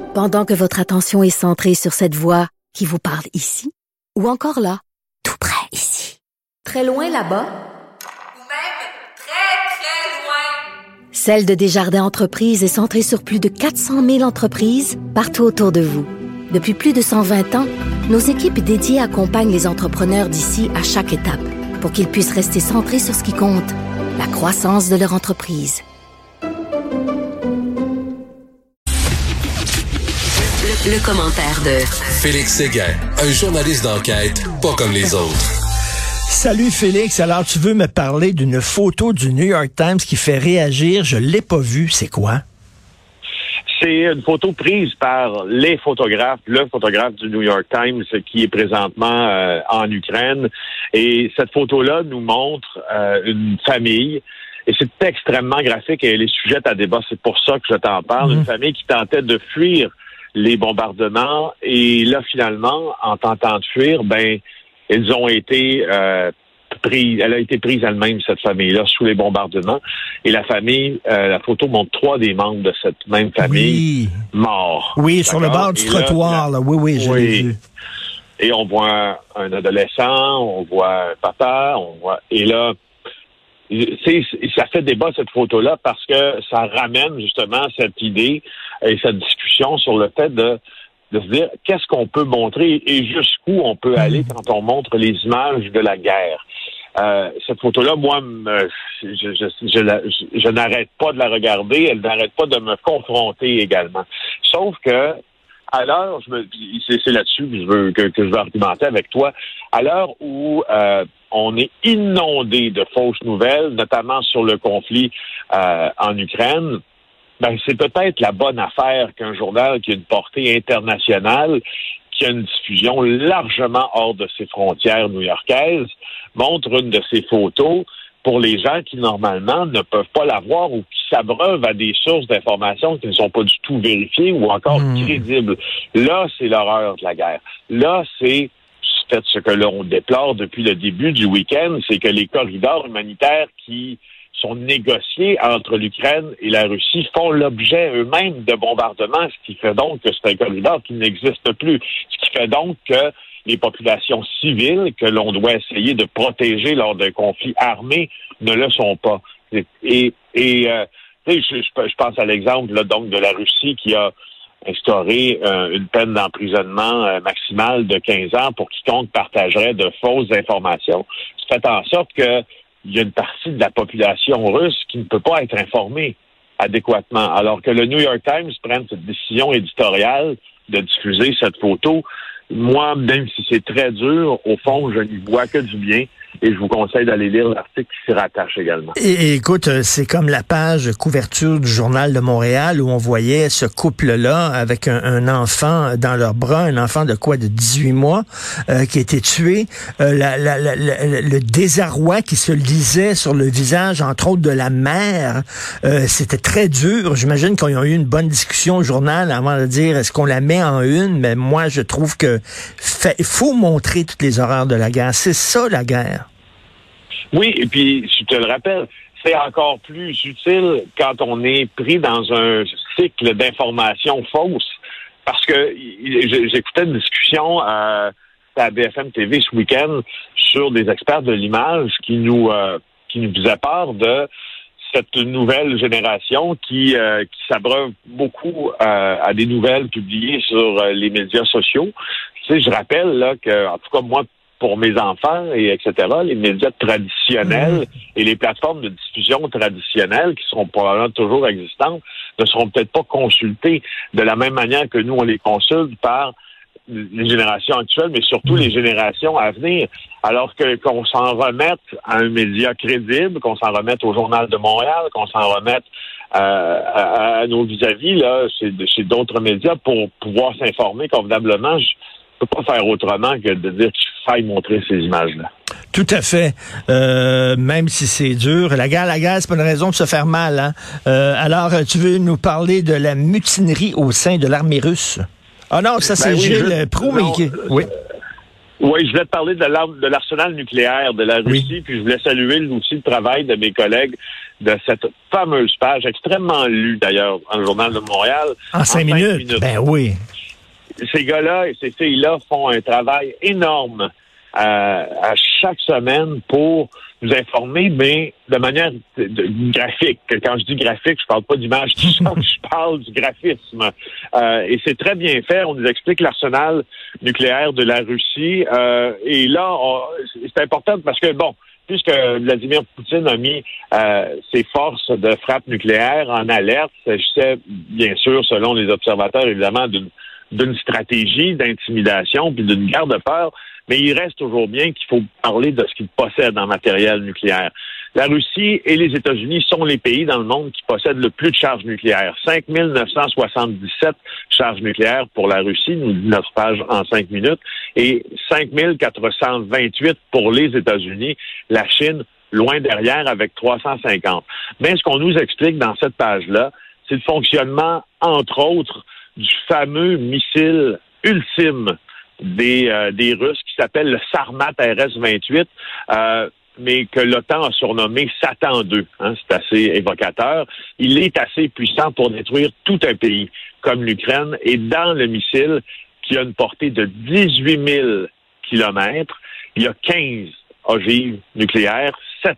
Pendant que votre attention est centrée sur cette voix qui vous parle ici, ou encore là, tout près ici, très loin là-bas, ou même très, très loin. Celle de Desjardins Entreprises est centrée sur plus de 400 000 entreprises partout autour de vous. Depuis plus de 120 ans, nos équipes dédiées accompagnent les entrepreneurs d'ici à chaque étape pour qu'ils puissent rester centrés sur ce qui compte, la croissance de leur entreprise. Le commentaire de Félix Séguin, un journaliste d'enquête pas comme les autres. Salut Félix, alors tu veux me parler d'une photo du New York Times qui fait réagir, je l'ai pas vue, c'est quoi? C'est une photo prise par le photographe du New York Times qui est présentement en Ukraine. Et cette photo-là nous montre une famille. Et c'est extrêmement graphique et elle est sujette à débat. C'est pour ça que je t'en parle. Une famille qui tentait de fuir les bombardements. Et là, finalement, en tentant de fuir, elles ont été prises. Elle a été prise elle-même, cette famille-là, sous les bombardements. Et la famille, la photo montre 3 des membres de cette même famille morts. Oui, sur le bord du trottoir, là. Oui, je l'ai vu. Et on voit un adolescent, on voit un papa, et là, ça fait débat, cette photo-là, parce que ça ramène justement cette idée et cette discussion sur le fait de se dire qu'est-ce qu'on peut montrer et jusqu'où on peut aller quand on montre les images de la guerre. Cette photo-là, moi, je n'arrête pas de la regarder, elle n'arrête pas de me confronter également. Sauf que, à l'heure, c'est là-dessus que je veux argumenter avec toi, à l'heure où on est inondé de fausses nouvelles, notamment sur le conflit en Ukraine, c'est peut-être la bonne affaire qu'un journal qui a une portée internationale, qui a une diffusion largement hors de ses frontières new-yorkaises, montre une de ses photos pour les gens qui, normalement, ne peuvent pas la voir ou qui s'abreuvent à des sources d'informations qui ne sont pas du tout vérifiées ou encore crédibles. Là, c'est l'horreur de la guerre. Là, c'est peut-être ce que l'on déplore depuis le début du week-end, c'est que les corridors humanitaires qui sont négociés entre l'Ukraine et la Russie font l'objet eux-mêmes de bombardements, ce qui fait donc que c'est un corridor qui n'existe plus. Ce qui fait donc que les populations civiles que l'on doit essayer de protéger lors d'un conflit armé ne le sont pas. Je pense à l'exemple là, donc de la Russie qui a instauré une peine d'emprisonnement maximale de 15 ans pour quiconque partagerait de fausses informations. Ça fait en sorte que il y a une partie de la population russe qui ne peut pas être informée adéquatement. Alors que le New York Times prenne cette décision éditoriale de diffuser cette photo, moi, même si c'est très dur, au fond, je n'y vois que du bien. Et je vous conseille d'aller lire l'article qui s'y rattache également. Et écoute, c'est comme la page couverture du Journal de Montréal où on voyait ce couple-là avec un enfant dans leurs bras, un enfant de 18 mois qui a été tué. Le désarroi qui se lisait sur le visage, entre autres, de la mère, c'était très dur. J'imagine qu'ils ont eu une bonne discussion au journal avant de dire est-ce qu'on la met en une, mais moi, je trouve que faut montrer toutes les horreurs de la guerre. C'est ça, la guerre. Oui, et puis, je te le rappelle, c'est encore plus utile quand on est pris dans un cycle d'informations fausses. Parce que j'écoutais une discussion à BFM TV ce week-end sur des experts de l'image qui nous faisaient part de cette nouvelle génération qui s'abreuve beaucoup à des nouvelles publiées sur les médias sociaux. Tu sais, je rappelle là que, en tout cas, moi, pour mes enfants, et etc., les médias traditionnels et les plateformes de diffusion traditionnelles, qui seront probablement toujours existantes, ne seront peut-être pas consultées de la même manière que nous, on les consulte par les générations actuelles, mais surtout les générations à venir. Alors qu'on s'en remette à un média crédible, qu'on s'en remette au Journal de Montréal, qu'on s'en remette à nos vis-à-vis, là, chez d'autres médias, pour pouvoir s'informer convenablement. Je peux pas faire autrement que de dire qu'il faille montrer ces images-là. Tout à fait. Même si c'est dur. La guerre, c'est pas une raison de se faire mal. Hein? Alors, tu veux nous parler de la mutinerie au sein de l'armée russe? Ah non, ça c'est Gilles Proulx. Oui. Oui, je voulais te parler de l'arsenal nucléaire de la Russie, puis je voulais saluer aussi le travail de mes collègues de cette fameuse page, extrêmement lue d'ailleurs dans le Journal de Montréal. En 5 minutes? Ben oui. Ces gars-là et ces filles-là font un travail énorme à chaque semaine pour nous informer, mais de manière graphique. Quand je dis graphique, je parle pas d'image qui change, je parle du graphisme. Et c'est très bien fait. On nous explique l'arsenal nucléaire de la Russie. Et là, c'est important parce que, bon, puisque Vladimir Poutine a mis ses forces de frappe nucléaire en alerte, il s'agissait, bien sûr, selon les observateurs, évidemment, d'une stratégie d'intimidation puis d'une guerre de peur, mais il reste toujours bien qu'il faut parler de ce qu'ils possèdent en matériel nucléaire. La Russie et les États-Unis sont les pays dans le monde qui possèdent le plus de charges nucléaires. 5 977 charges nucléaires pour la Russie, nous dit notre page en 5 minutes, et 5 428 pour les États-Unis. La Chine, loin derrière, avec 350. Mais ce qu'on nous explique dans cette page-là, c'est le fonctionnement, entre autres, du fameux missile ultime des Russes qui s'appelle le Sarmat RS-28, mais que l'OTAN a surnommé Satan 2. Hein, c'est assez évocateur. Il est assez puissant pour détruire tout un pays, comme l'Ukraine. Et dans le missile, qui a une portée de 18 000 kilomètres, il y a 15 ogives nucléaires,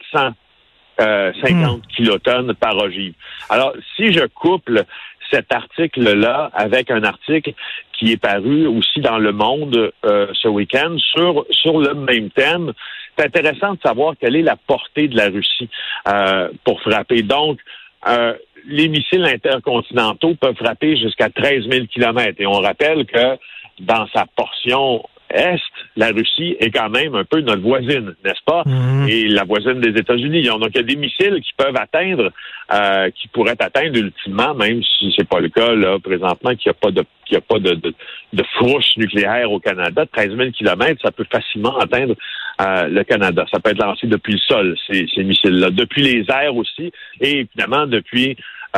750 kilotonnes par ogive. Alors, si je couple cet article-là avec un article qui est paru aussi dans Le Monde ce week-end sur le même thème, c'est intéressant de savoir quelle est la portée de la Russie pour frapper. Donc, les missiles intercontinentaux peuvent frapper jusqu'à 13 000 kilomètres. Et on rappelle que dans sa portion Est, la Russie est quand même un peu notre voisine, n'est-ce pas? Mmh. Et la voisine des États-Unis. Donc, il y a des missiles qui peuvent atteindre, qui pourraient atteindre ultimement, même si c'est pas le cas, là, présentement, qu'il n'y a pas de fourche nucléaire au Canada. 13 000 kilomètres, ça peut facilement atteindre le Canada. Ça peut être lancé depuis le sol, ces missiles-là. Depuis les airs aussi, et évidemment, depuis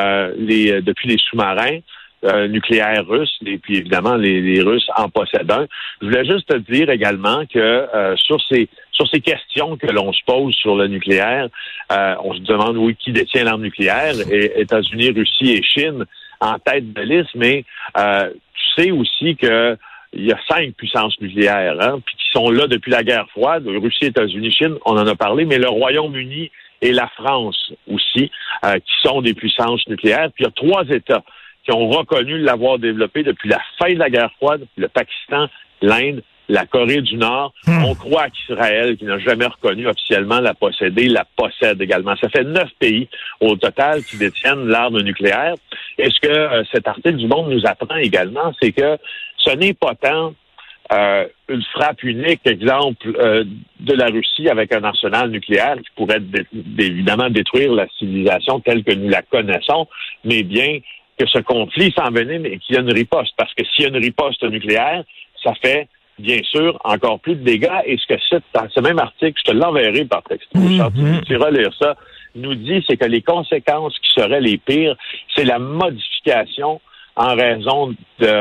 les sous-marins. Nucléaires russes, et puis évidemment les Russes en possèdent un. Je voulais juste te dire également que sur ces questions que l'on se pose sur le nucléaire, on se demande qui détient l'arme nucléaire, et États-Unis, Russie et Chine en tête de liste, mais tu sais aussi que il y a 5 puissances nucléaires, puis qui sont là depuis la guerre froide, Russie, États-Unis, Chine, on en a parlé, mais le Royaume-Uni et la France aussi, qui sont des puissances nucléaires. Puis il y a 3 États qui ont reconnu l'avoir développé depuis la fin de la guerre froide, le Pakistan, l'Inde, la Corée du Nord. On croit qu'Israël, qui n'a jamais reconnu officiellement la posséder, la possède également. Ça fait 9 pays au total qui détiennent l'arme nucléaire. Et ce que cet article du Monde nous apprend également, c'est que ce n'est pas tant une frappe unique, exemple, de la Russie avec un arsenal nucléaire qui pourrait évidemment détruire la civilisation telle que nous la connaissons, mais bien que ce conflit s'envenime et qu'il y a une riposte. Parce que s'il y a une riposte nucléaire, ça fait, bien sûr, encore plus de dégâts. Et ce que dans ce même article, je te l'enverrai par texte, tu iras lire ça, nous dit, c'est que les conséquences qui seraient les pires, c'est la modification en raison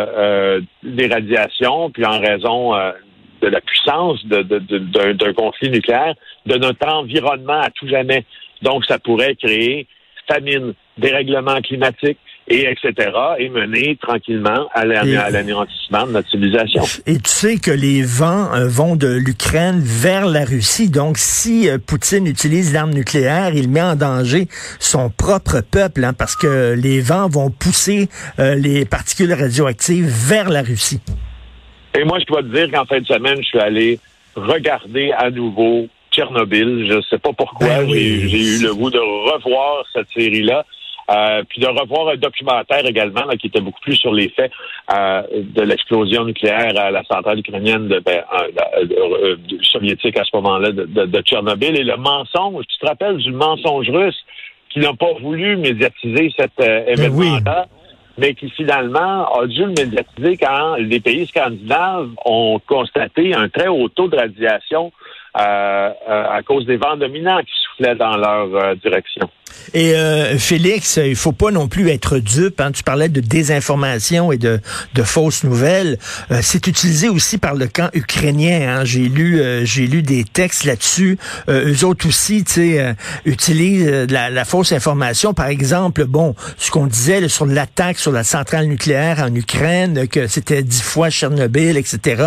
des radiations, puis en raison de la puissance d'un conflit nucléaire, de notre environnement à tout jamais. Donc, ça pourrait créer famine, dérèglement climatique, et etc., et mener tranquillement à l'anéantissement de notre civilisation. Et tu sais que les vents vont de l'Ukraine vers la Russie. Donc, si Poutine utilise l'arme nucléaire, il met en danger son propre peuple, parce que les vents vont pousser les particules radioactives vers la Russie. Et moi, je dois te dire qu'en fin de semaine, je suis allé regarder à nouveau Tchernobyl. Je ne sais pas pourquoi, j'ai eu le goût de revoir cette série-là. Puis de revoir un documentaire également là, qui était beaucoup plus sur les faits de l'explosion nucléaire à la centrale ukrainienne soviétique à ce moment-là de Tchernobyl, et le mensonge. Tu te rappelles du mensonge russe qui n'a pas voulu médiatiser cet événement-là, mais qui finalement a dû le médiatiser quand les pays scandinaves ont constaté un très haut taux de radiation à cause des vents dominants qui soufflaient complets dans leur direction. Et Félix, il faut pas non plus être dupe. Hein? Tu parlais de désinformation et de fausses nouvelles. C'est utilisé aussi par le camp ukrainien. Hein? J'ai lu des textes là-dessus. Eux autres aussi, utilisent la fausse information. Par exemple, ce qu'on disait là, sur l'attaque sur la centrale nucléaire en Ukraine, que c'était 10 fois Tchernobyl, etc.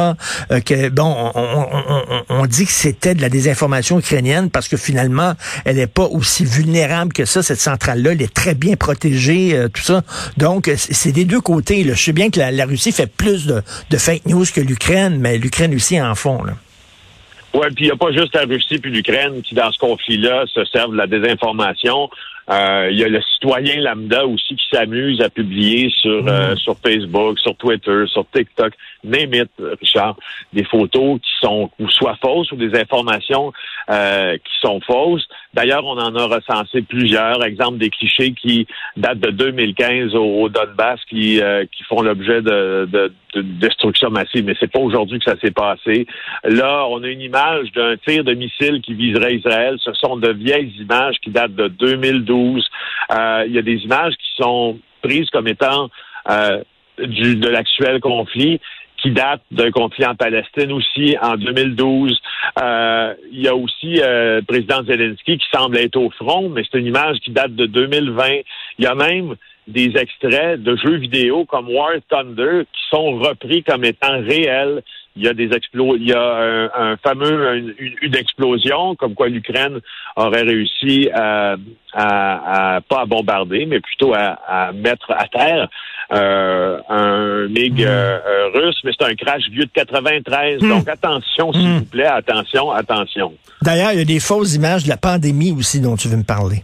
On dit que c'était de la désinformation ukrainienne parce que finalement, elle n'est pas aussi vulnérable que ça, cette centrale-là, elle est très bien protégée, tout ça. Donc, c'est des deux côtés. Là. Je sais bien que la Russie fait plus de fake news que l'Ukraine, mais l'Ukraine aussi en font. Oui, puis il n'y a pas juste la Russie puis l'Ukraine qui, dans ce conflit-là, se servent de la désinformation. Il y a le citoyen lambda aussi qui s'amuse à publier sur Facebook, sur Twitter, sur TikTok, name it, Richard, des photos qui sont ou soit fausses ou des informations qui sont fausses. D'ailleurs, on en a recensé plusieurs, exemple des clichés qui datent de 2015 au Donbass qui font l'objet de destruction massive, mais c'est pas aujourd'hui que ça s'est passé. Là, on a une image d'un tir de missile qui viserait Israël. Ce sont de vieilles images qui datent de 2012. Il y a des images qui sont prises comme étant de l'actuel conflit, qui date d'un conflit en Palestine aussi en 2012. Il y a aussi le président Zelensky qui semble être au front, mais c'est une image qui date de 2020. Il y a même des extraits de jeux vidéo comme War Thunder qui sont repris comme étant réels. Il y a une explosion, comme quoi l'Ukraine aurait réussi pas à bombarder, mais plutôt à mettre à terre un MiG russe, mais c'est un crash vieux de 93. Donc attention, s'il vous plaît, attention. D'ailleurs, il y a des fausses images de la pandémie aussi dont tu veux me parler.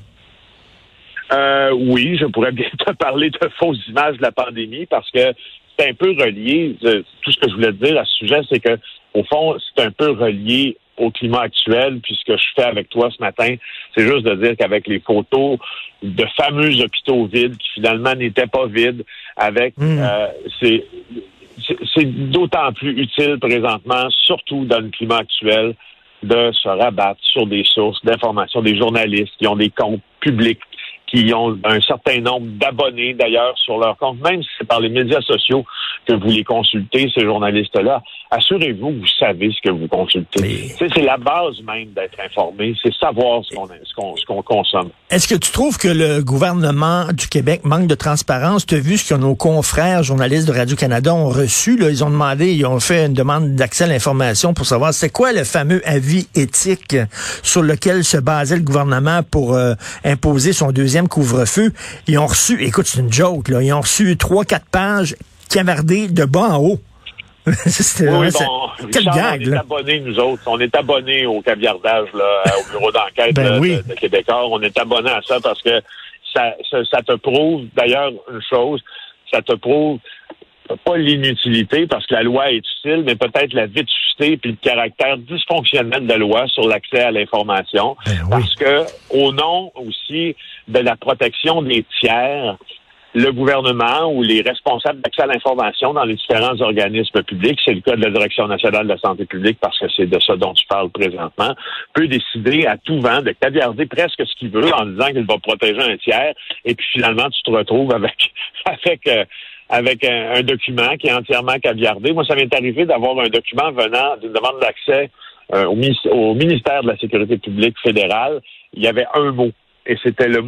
Oui, je pourrais bien te parler de fausses images de la pandémie parce que c'est un peu relié. Tout ce que je voulais te dire à ce sujet, c'est que au fond, c'est un peu relié au climat actuel. Puis ce que je fais avec toi ce matin, c'est juste de dire qu'avec les photos de fameux hôpitaux vides qui finalement n'étaient pas vides, c'est d'autant plus utile présentement, surtout dans le climat actuel, de se rabattre sur des sources d'information, des journalistes qui ont des comptes publics, qui ont un certain nombre d'abonnés, d'ailleurs, sur leur compte, même si c'est par les médias sociaux que vous les consultez, ces journalistes-là. Assurez-vous que vous savez ce que vous consultez. C'est la base même d'être informé, c'est savoir ce qu'on consomme. Est-ce que tu trouves que le gouvernement du Québec manque de transparence? Tu as vu ce que nos confrères journalistes de Radio-Canada ont reçu, là? Ils ont fait une demande d'accès à l'information pour savoir c'est quoi le fameux avis éthique sur lequel se basait le gouvernement pour imposer son deuxième couvre-feu. Ils ont reçu, écoute, c'est une joke, là, ils ont reçu 3-4 pages cavardées de bas en haut. Quel gag, on est abonnés, nous autres. On est abonnés au caviardage là, au bureau d'enquête de Québécois. On est abonnés à ça parce que ça te prouve, d'ailleurs, une chose, ça te prouve pas l'inutilité, parce que la loi est utile, mais peut-être la vétusté puis le caractère dysfonctionnel de la loi sur l'accès à l'information. Parce que, au nom aussi de la protection des tiers, le gouvernement ou les responsables d'accès à l'information dans les différents organismes publics, c'est le cas de la Direction nationale de la santé publique, parce que c'est de ça dont tu parles présentement, peut décider à tout vent de caviarder presque ce qu'il veut en disant qu'il va protéger un tiers, et puis finalement tu te retrouves avec un document qui est entièrement caviardé. Moi, ça m'est arrivé d'avoir un document venant d'une demande d'accès au ministère de la Sécurité publique fédérale. Il y avait un mot, et c'était le.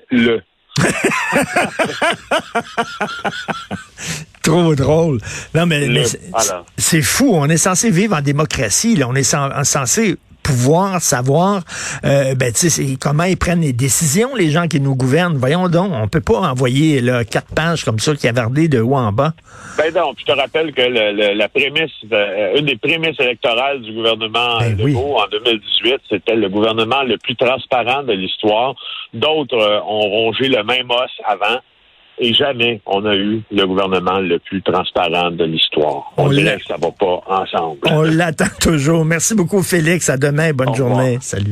Trop drôle. Non, mais c'est fou. On est censé vivre en démocratie. Là. On est censé pouvoir savoir comment ils prennent les décisions, les gens qui nous gouvernent. Voyons donc, on peut pas envoyer 4 pages comme ça cavardées de haut en bas. Non, je te rappelle que la prémisse, une des prémisses électorales du gouvernement Legault en 2018, c'était le gouvernement le plus transparent de l'histoire. D'autres ont rongé le même os avant. Et jamais on a eu le gouvernement le plus transparent de l'histoire. On dirait que ça va pas ensemble. On l'attend toujours. Merci beaucoup, Félix. À demain. Bonne journée. Salut.